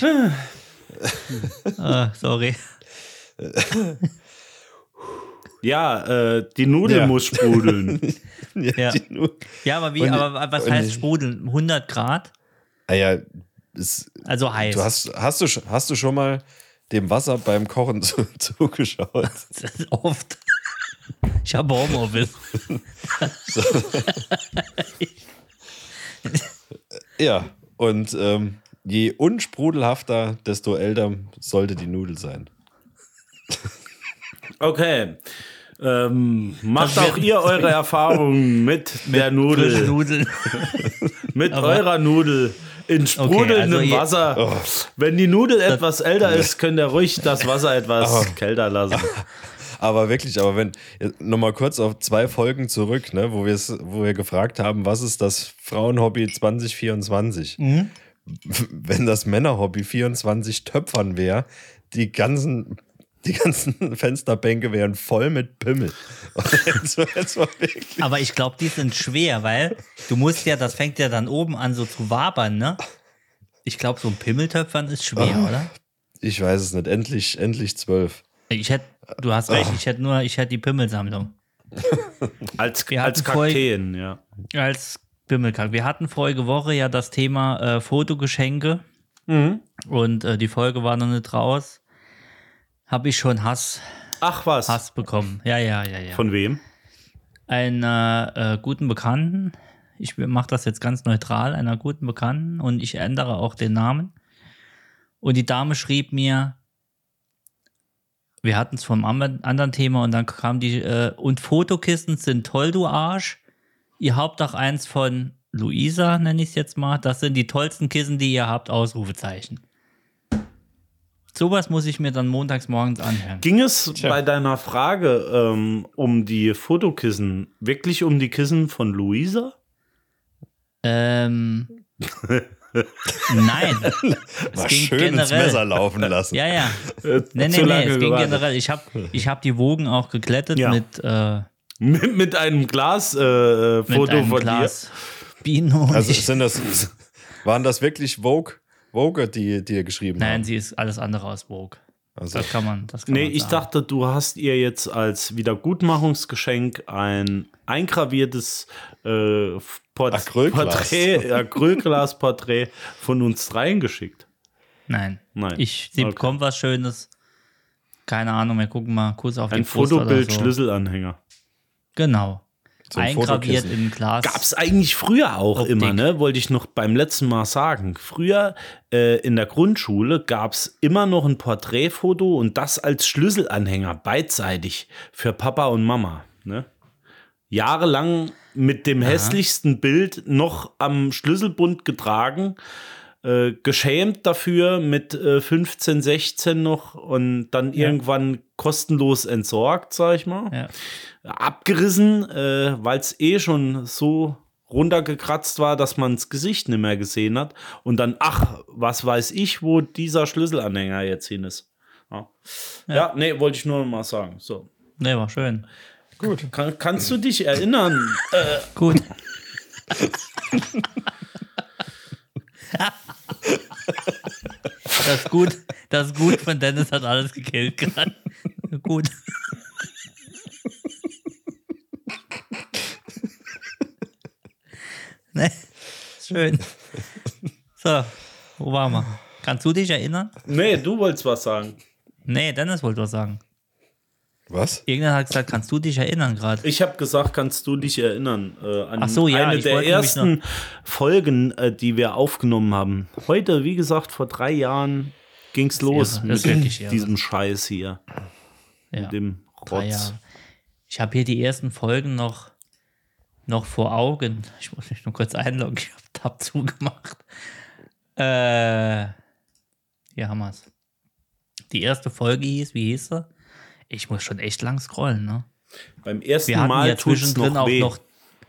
Ah, sorry. ja, äh, die Nudel Ja. muss sprudeln. ja, Ja. die Nudel. Ja, aber wie, Und- aber was und- heißt sprudeln? hundert Grad? Ah ja, es, Also heiß. du hast, hast, du, sch- hast du schon mal dem Wasser beim Kochen zu, zugeschaut? Das ist oft. Ich habe Homeoffice. Ja, und ähm, je unsprudelhafter, desto älter sollte die Nudel sein. Okay. Ähm, macht auch ihr eure Erfahrungen mit der Nudel, Nudeln. mit eurer Nudel in sprudelndem Okay, also Wasser. Oh. Wenn die Nudel etwas älter ist, könnt ihr ruhig das Wasser etwas kälter lassen. Aber wirklich, aber wenn, nochmal kurz auf zwei Folgen zurück, ne, wo, wir's, wo wir gefragt haben, was ist das Frauenhobby zwanzig vierundzwanzig? Mhm. Wenn das Männerhobby vierundzwanzig Töpfern wäre, die ganzen, die ganzen Fensterbänke wären voll mit Pimmel. jetzt, jetzt mal wirklich. Aber ich glaube, die sind schwer, weil du musst ja, das fängt ja dann oben an so zu wabern, ne? Ich glaube, so ein Pimmeltöpfern ist schwer, Oh. oder? Ich weiß es nicht. Endlich, endlich zwölf. Ich hätte, du hast recht, ich hätte nur, ich hätte die Pimmelsammlung. Als, Wir als hatten vorher- Kakteen, ja. Als Pimmelkack. Wir hatten vorige Woche ja das Thema äh, Fotogeschenke und äh, die Folge war noch nicht raus. Habe ich schon Hass, Ach was, Hass bekommen. Ja, ja, ja, ja. von wem? Einer äh, guten Bekannten. Ich mache das jetzt ganz neutral, einer guten Bekannten und ich ändere auch den Namen. Und die Dame schrieb mir, wir hatten es vom am- anderen Thema und dann kam die, äh, und Fotokissen sind toll, du Arsch. Ihr habt doch eins von Luisa, nenne ich es jetzt mal. Das sind die tollsten Kissen, die ihr habt, Ausrufezeichen. Sowas muss ich mir dann montags morgens anhören. Ging es bei deiner Frage ähm, um die Fotokissen wirklich um die Kissen von Luisa? Ähm, nein. Es Mal ging schön ins generell. Messer laufen lassen. Ja, ja. Äh, Nee, nee, zu nee, lange es ging gewartet. generell. Ich habe ich hab die Wogen auch geglättet Ja. mit, äh, Mit, mit einem Glas-Foto äh, mit Foto einem von Glas Bino. Also Ich- sind das, waren das wirklich Vogue, Vogue die, die ihr geschrieben Nein, haben? sie ist alles andere als Vogue. Also, Das kann man, das dir. kann Nee, man ich sagen. dachte, du hast ihr jetzt als Wiedergutmachungsgeschenk ein eingraviertes äh, Port Acrylglas. Porträt, Acrylglas-Porträt von uns dreien geschickt. Nein. Nein. Ich, sie Okay. bekommt was Schönes. Keine Ahnung, wir gucken mal kurz auf die Ein Brust oder Fotobild, so. Schlüsselanhänger. Genau. So ein Eingraviert Fotokissen. in Glas. Gab's eigentlich früher auch Optik. immer, ne? Wollte ich noch beim letzten Mal sagen. Früher äh, in der Grundschule gab's immer noch ein Porträtfoto und das als Schlüsselanhänger, beidseitig, für Papa und Mama. Ne? Jahrelang mit dem hässlichsten Bild noch am Schlüsselbund getragen, äh, geschämt dafür mit äh, fünfzehn, sechzehn noch und dann irgendwann kostenlos entsorgt, sag ich mal. Ja. Abgerissen, äh, weil es eh schon so runtergekratzt war, dass man das Gesicht nicht mehr gesehen hat. Und dann, ach, was weiß ich, wo dieser Schlüsselanhänger jetzt hin ist. Ja, ja. nee, wollte ich nur noch mal sagen. So. Nee, war schön. Gut. Kann, kannst du dich erinnern? äh, Gut. Das ist gut. Das ist gut von Dennis hat alles gekillt gerade. Gut. Ne? Schön. So, wo waren wir? Kannst du dich erinnern? nee, du wolltest was sagen. Nee, Dennis wollte was sagen. Was? Irgendwer hat gesagt, kannst du dich erinnern gerade? Ich habe gesagt, kannst du dich erinnern äh, an Ach so, ja, eine ich der wollte nämlich ersten Folgen, äh, die wir aufgenommen haben. Heute, wie gesagt, vor drei Jahren ging's los irre, das mit ist wirklich irre. diesem Scheiß hier, Ja, mit dem drei Rotz. Jahre. Ich habe hier die ersten Folgen noch, noch vor Augen. Ich muss mich nur kurz einloggen. Ich habe Tab zugemacht. Äh, hier haben wir es. Die erste Folge hieß, wie hieß sie? Ich muss schon echt lang scrollen, ne? Beim ersten Wir hatten Mal ja tut's zwischendrin noch auch weh. noch.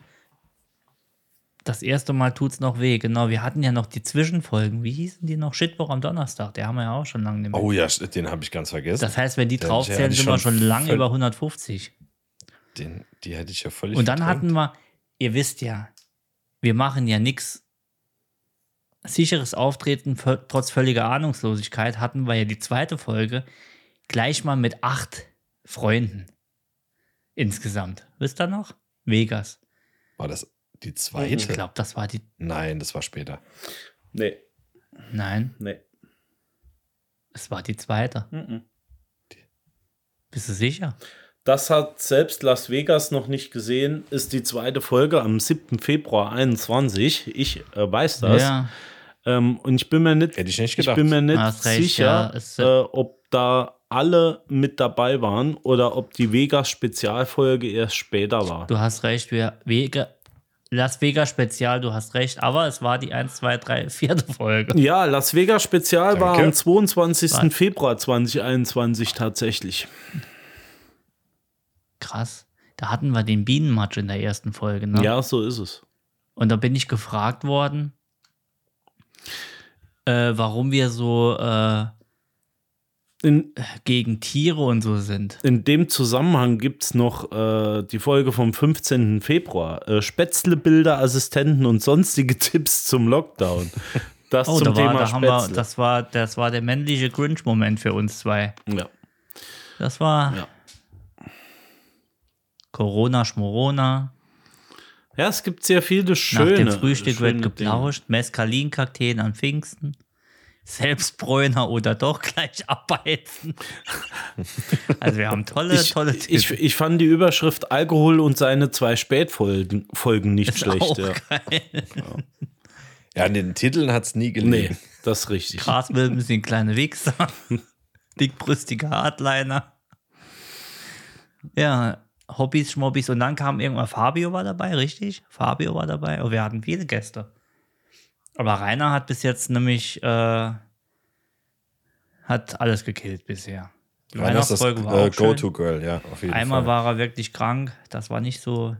Das erste Mal tut's noch weh, genau. Wir hatten ja noch die Zwischenfolgen. Wie hießen die noch? Shitwoch am Donnerstag. Der haben wir ja auch schon lange nicht mehr. Oh ja, den habe ich ganz vergessen. Das heißt, wenn die Den- draufzählen, den hatte ich sind wir schon schon lange voll- über hundertfünfzig. Den, die hätte ich ja völlig Und dann verdrängt. hatten wir, ihr wisst ja, wir machen ja nichts sicheres Auftreten v- trotz völliger Ahnungslosigkeit, hatten wir ja die zweite Folge gleich mal mit acht Freunden insgesamt. Wisst ihr noch? Vegas. War das die zweite? Ich glaube, das war die. Nein, das war später. Nee, Nein, nee. es war die zweite. Mhm. Bist du sicher? das hat selbst Las Vegas noch nicht gesehen, ist die zweite Folge am siebten Februar einundzwanzig. Ich äh, weiß das. Ja, Ähm, und ich bin mir nicht, Hätte ich nicht ich gedacht. bin mir nicht Hast recht, sicher, ja, es- äh, ob da alle mit dabei waren oder ob die Vegas-Spezialfolge erst später war. du hast recht. Wir Wege, Las Vegas Spezial, du hast recht. Aber es war die eins, zwei, drei, vierte Folge. Ja, Las Vegas Spezial war Danke. am zweiundzwanzigsten Was? Februar zweitausendeinundzwanzig tatsächlich. Krass. Da hatten wir den Bienenmatsch in der ersten Folge. Ne? Ja, so ist es. Und da bin ich gefragt worden, äh, warum wir so äh, In, gegen Tiere und so sind. in dem Zusammenhang gibt es noch äh, die Folge vom fünfzehnten Februar. Äh, Spätzlebilder, Assistenten und sonstige Tipps zum Lockdown. Das Oh, zum da war, Thema da haben wir, Spätzle. das war, das war der männliche Grinch-Moment für uns zwei. ja. Das war Ja. Corona, Schmorona. ja, es gibt sehr viele schöne. Nach dem Frühstück schöne wird geplauscht. Mescalinkakteen an Pfingsten. Selbstbräuner oder doch gleich abbeizen. Also wir haben tolle, Dinge. Ich, tolle ich, ich fand die Überschrift Alkohol und seine zwei Spätfolgen Folgen nicht Ist schlecht. auch Ja. geil. Ja, an den Titeln hat es nie gelegen. Nee, das ist richtig. Graswilben sind kleine Wichser. Dickbrüstige Hardliner. Ja, Hobbys, Schmobbys. Und dann kam irgendwann Fabio war dabei, richtig? Fabio war dabei. Oh, wir hatten viele Gäste. Aber Rainer hat bis jetzt nämlich äh, hat alles gekillt bisher. Die Rainer ist das Weihnachtsfolge war äh, auch schön. Go-To-Girl, ja, auf jeden Einmal Fall. war er wirklich krank. Das war nicht so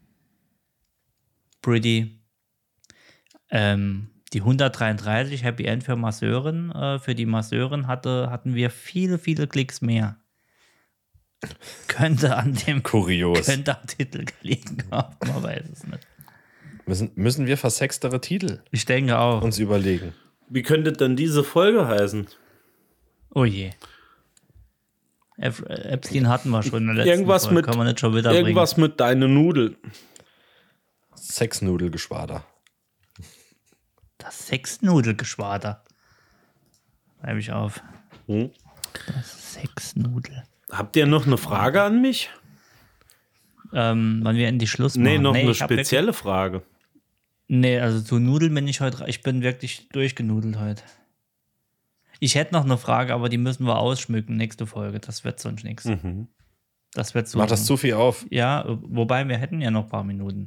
pretty. Ähm, die hundertdreiunddreißig Happy End für Masseuren. Äh, für die Masseuren hatte, hatten wir viele, viele Klicks mehr. Könnte an dem Kurios. könnte am Titel gelegen haben, man weiß es nicht. Müssen, müssen wir versextere Titel Ich denke auch. uns überlegen? Wie könnte denn diese Folge heißen? Oh je. Ep- Epstein hatten wir schon in der letzten Irgendwas Folge. mit- Können wir nicht schon wieder Irgendwas mit deine Nudel. Sexnudelgeschwader. bringen. Das Sexnudelgeschwader. Schreibe ich auf. Hm? Das Sexnudel. Habt ihr noch eine Frage an mich? Ähm, wann wir in die Schluss Nee, machen. noch eine ich hab spezielle Frage. Wirklich, nee, also zu Nudeln bin ich heute. Ich bin wirklich durchgenudelt heute. Ich hätte noch eine Frage, aber die müssen wir ausschmücken nächste Folge. Das wird sonst nichts. Mhm. Das wird so. Macht das zu viel auf? Ja, wobei wir hätten ja noch ein paar Minuten.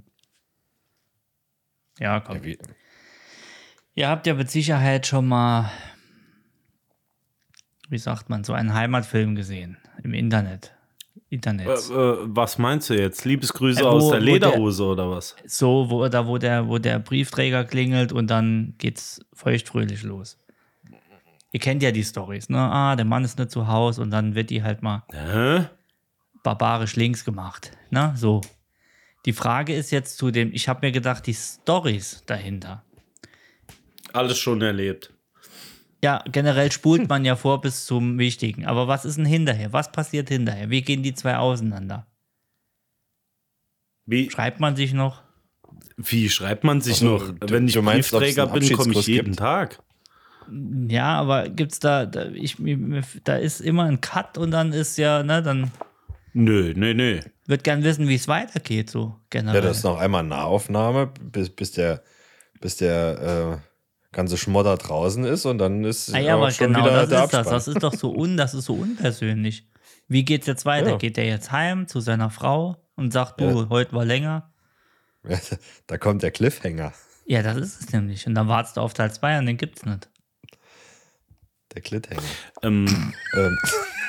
Ja, komm. Ja, wie, Ihr habt ja mit Sicherheit schon mal, wie sagt man, so einen Heimatfilm gesehen im Internet. Internet. Äh, äh, was meinst du jetzt? Liebesgrüße Äh, wo- aus der wo der- Lederhose oder was? So, wo, da, wo, der, wo der Briefträger klingelt und dann geht's feuchtfröhlich los. Ihr kennt ja die Storys, ne? Ah, der Mann ist nicht zu Hause und dann wird die halt mal Hä? barbarisch links gemacht. Ne? So. Die Frage ist jetzt zu dem, ich habe mir gedacht, die Storys dahinter. Alles schon erlebt. Ja, generell spult man ja vor bis zum Wichtigen. Aber was ist denn hinterher? Was passiert hinterher? Wie gehen die zwei auseinander? Wie, Schreibt man sich noch? wie schreibt man sich Also, noch? du- Wenn ich du meinst, ob es Briefträger einen bin, komme ich Abschiedskuss jeden gibt? Tag. Ja, aber gibt's da, da, ich, mir- da ist immer ein Cut und dann ist ja, ne, dann Nö, nö, nö. wird gern wissen, wie es weitergeht, so generell. ja, das ist noch einmal Nahaufnahme, bis, bis der, bis der äh, ganze Schmodder draußen ist und dann ist ah, ja, auch aber schon genau, wieder das der ist das. Abspann. Das ist doch so un, das ist so unpersönlich. Wie geht's jetzt weiter? Ja. Geht der jetzt heim zu seiner Frau und sagt, du, Ja. heute war länger? Ja, da kommt der Cliffhanger. Ja, das ist es nämlich. Und dann wartest du auf Teil zwei und den gibt's nicht. Der Cliffhanger. Ähm, Ähm,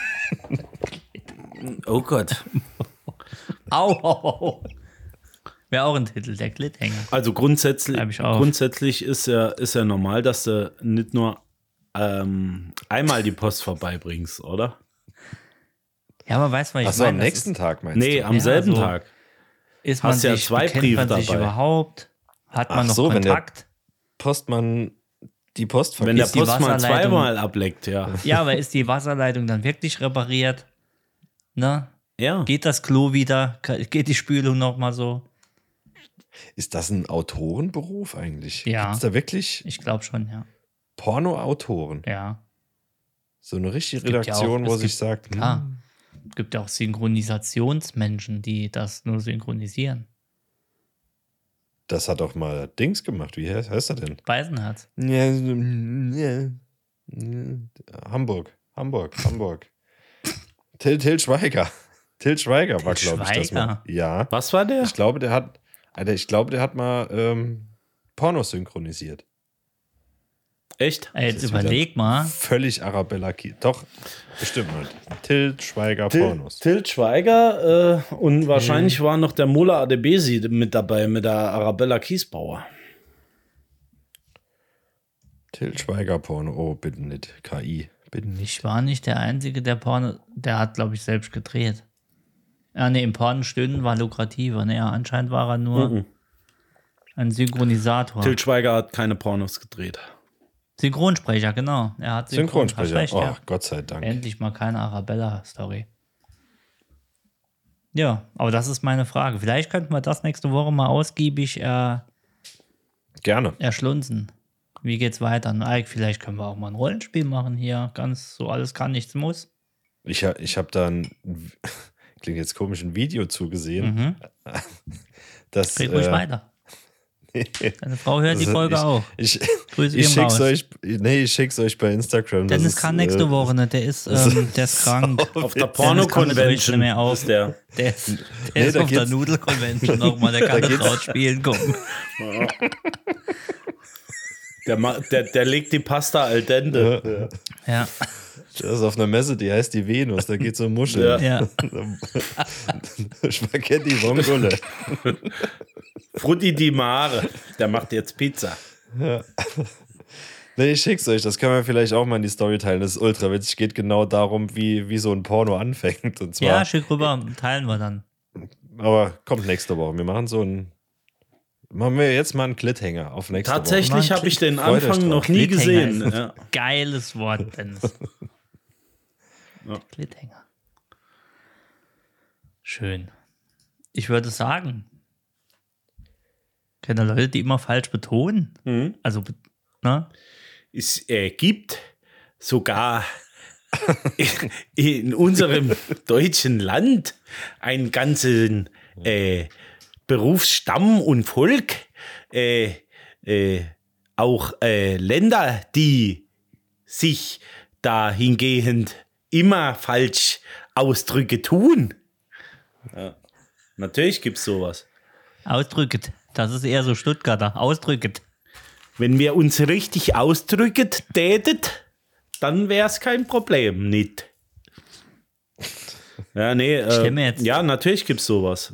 oh Gott. Au, au, au. Wäre auch ein Titel, der Cliffhanger. Also grundsätzlich, Schreib ich auf. grundsätzlich ist ja, ist ja normal, dass du nicht nur ähm, einmal die Post vorbeibringst, oder? Ja, aber weißt du, was ich Achso, am meine? Das nächsten ist, Tag meinst Nee, du? am Ja, selben so. Tag. Ist man hast ja sich, zwei kennt Briefe man sich dabei. überhaupt? Hat man Ach noch so, wenn der Kontakt? Postmann die Post Wenn der vergisst. die Postmann Wasserleitung- zweimal ableckt, ja. Ja, aber ist die Wasserleitung dann wirklich repariert? Ne? Ja. Geht das Klo wieder? Geht die Spülung nochmal so? Ist das ein Autorenberuf eigentlich? Ja. Gibt es da wirklich Ich glaube schon, ja. Porno-Autoren? Ja. So eine richtige gibt ja Redaktion, auch- wo es sich gibt- sagt, hm, Klar. Es gibt ja auch Synchronisationsmenschen, die das nur synchronisieren. Das hat auch mal Dings gemacht. Wie heißt, heißt er denn? Beisenherz. Ja, ja, Hamburg, Hamburg, Hamburg. Till, Till Schweiger. Till Schweiger war, glaube ich, das mal. Ja. Was war der? Ich glaube, der hat, Alter, ich glaube, der hat mal ähm, Pornos synchronisiert. Echt? Ey, jetzt Das ist überleg mal. Völlig Arabella Kies. Doch, bestimmt nicht. Till Schweiger Till, Pornos. Till Schweiger äh, und wahrscheinlich war noch der Mola Adebesi mit dabei, mit der Arabella Kiesbauer. Till Schweiger Porno. Oh, bitte nicht. K I. Bitte nicht. Ich war nicht der Einzige, der Porno, der hat, glaube ich, selbst gedreht. Ja, nee, im Pornostöhnen war lukrativer. Nee, anscheinend war er nur Mhm. ein Synchronisator. Till Schweiger hat keine Pornos gedreht. Synchronsprecher, genau. Er hat Synchron- hast Synchronsprecher. recht, Oh, ja. Gott sei Dank. Endlich mal keine Arabella-Story. Ja, aber das ist meine Frage. Vielleicht könnten wir das nächste Woche mal ausgiebig äh, Gerne. erschlunzen. Wie geht's weiter? Und Ike, vielleicht können wir auch mal ein Rollenspiel machen hier. Ganz so alles kann, nichts muss. Ich, ha- ich habe da ein, klingt jetzt komisch, ein Video zugesehen. Mhm. Das, Red ruhig äh, weiter. Deine Frau hört die das- Folge ich, auch. Ich, Grüße ich gehen schick's raus. euch, nee, ich schick's euch bei Instagram. Das Dennis ist, kann nächste äh, Woche nicht. Der ist, ähm, der ist krank. Auf der Dennis kann mit euch Porno-Convention nicht mehr auf. ist der. Der ist, der Nee, ist da auf der geht's- Nudel-Convention nochmal. Der kann Da nicht geht's- raus spielen kommen. Der, ma- der, der legt die Pasta al dente. Ja, Das ist auf einer Messe, die heißt die Venus. Da geht's um Muscheln. ja. Spaghetti Vongole. Frutti di Mare. Der macht jetzt Pizza. Nee, ich schick's euch. Das können wir vielleicht auch mal in die Story teilen. Das ist ultra witzig. Geht genau darum, wie, wie so ein Porno anfängt. Und zwar, Ja, schick rüber, teilen wir dann. aber kommt nächste Woche. Wir machen so ein. Machen wir jetzt mal einen Cliffhanger auf nächste Tatsächlich Mann, habe ich den freut euch Anfang drauf. noch nie Cliffhanger gesehen. ist ein Ja. Geiles Wort, Dennis. Ja. Cliffhanger. Schön. Ich würde sagen, keine Leute, die immer falsch betonen. Mhm. Also, be- ne? Es äh, gibt sogar in unserem deutschen Land einen ganzen äh, Berufsstamm und Volk, äh, äh, auch äh, Länder, die sich dahingehend immer falsch Ausdrücke tun. Ja. Natürlich gibt es sowas. Ausdrücket. Das ist eher so Stuttgarter. Ausdrücket. Wenn wir uns richtig ausdrücken tätet, dann wäre es kein Problem, nicht. Ja, nee. Äh, Stimme jetzt. Ja, natürlich gibt es sowas.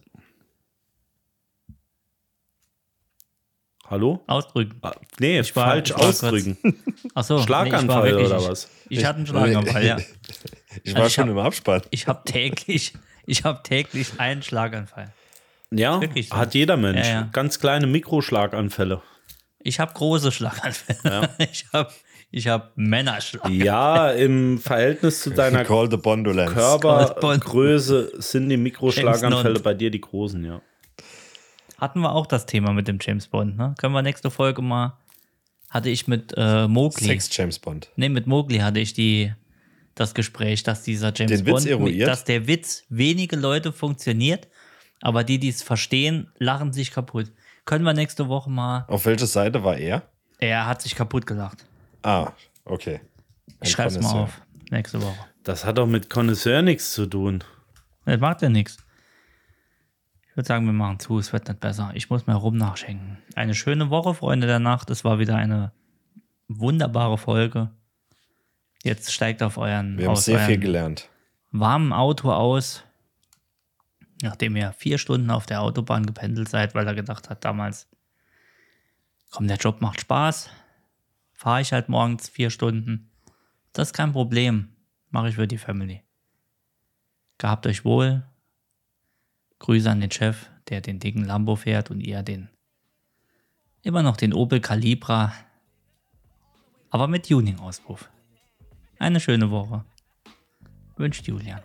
Hallo? Ausdrücken. Ah, nee, Ich war- falsch ich war ausdrücken. Achso. Schlaganfall nee, ich war oder wirklich, was? Ich, ich hatte einen Schlaganfall, ja. Ich war Also ich schon hab- im Abspann. Ich habe täglich, ich habe täglich einen Schlaganfall. Ja, Wirklich so. hat jeder Mensch. Ja, ja. Ganz kleine Mikroschlaganfälle. Ich habe große Schlaganfälle. Ich habe ich hab Männerschlag. Ja, im Verhältnis zu deiner Call the Bondolence. Körpergröße sind die Mikroschlaganfälle James Bond. bei dir die großen, ja. Hatten wir auch das Thema mit dem James Bond, ne? Können wir nächste Folge mal. Hatte ich mit äh, Mowgli. Sex James Bond. Nee, mit Mowgli hatte ich die, das Gespräch, dass dieser James Den Witz Bond, eruiert? dass der Witz wenige Leute funktioniert, aber die, die es verstehen, lachen sich kaputt. Können wir nächste Woche mal. Auf welcher Seite war er? Er hat sich kaputt gelacht. Ah, okay. Ein Ich schreib's mal Connoisseur. auf. Nächste Woche. Das hat doch mit Connoisseur nichts zu tun. Das macht ja nichts. Ich würde sagen, wir machen zu, es wird nicht besser. Ich muss mal rum nachschenken. Eine schöne Woche, Freunde der Nacht. Es war wieder eine wunderbare Folge. Jetzt steigt auf euren, Wir haben aus sehr viel euren gelernt. warmen Auto aus, nachdem ihr vier Stunden auf der Autobahn gependelt seid, weil er gedacht hat damals, komm, der Job macht Spaß, fahre ich halt morgens vier Stunden. Das ist kein Problem, mache ich für die Family. Gehabt euch wohl. Grüße an den Chef, der den dicken Lambo fährt und ihr den immer noch den Opel Calibra, aber mit Tuning-Auspuff. Eine schöne Woche. Wünscht Julian.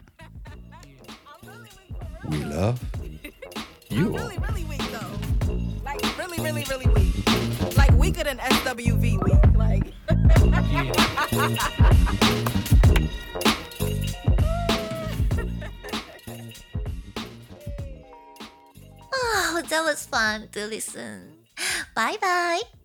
We love you. Really, really weak though. Like really, really, really weak. Like weaker than S W V weak. Like. Yeah. was fun to listen. Bye bye.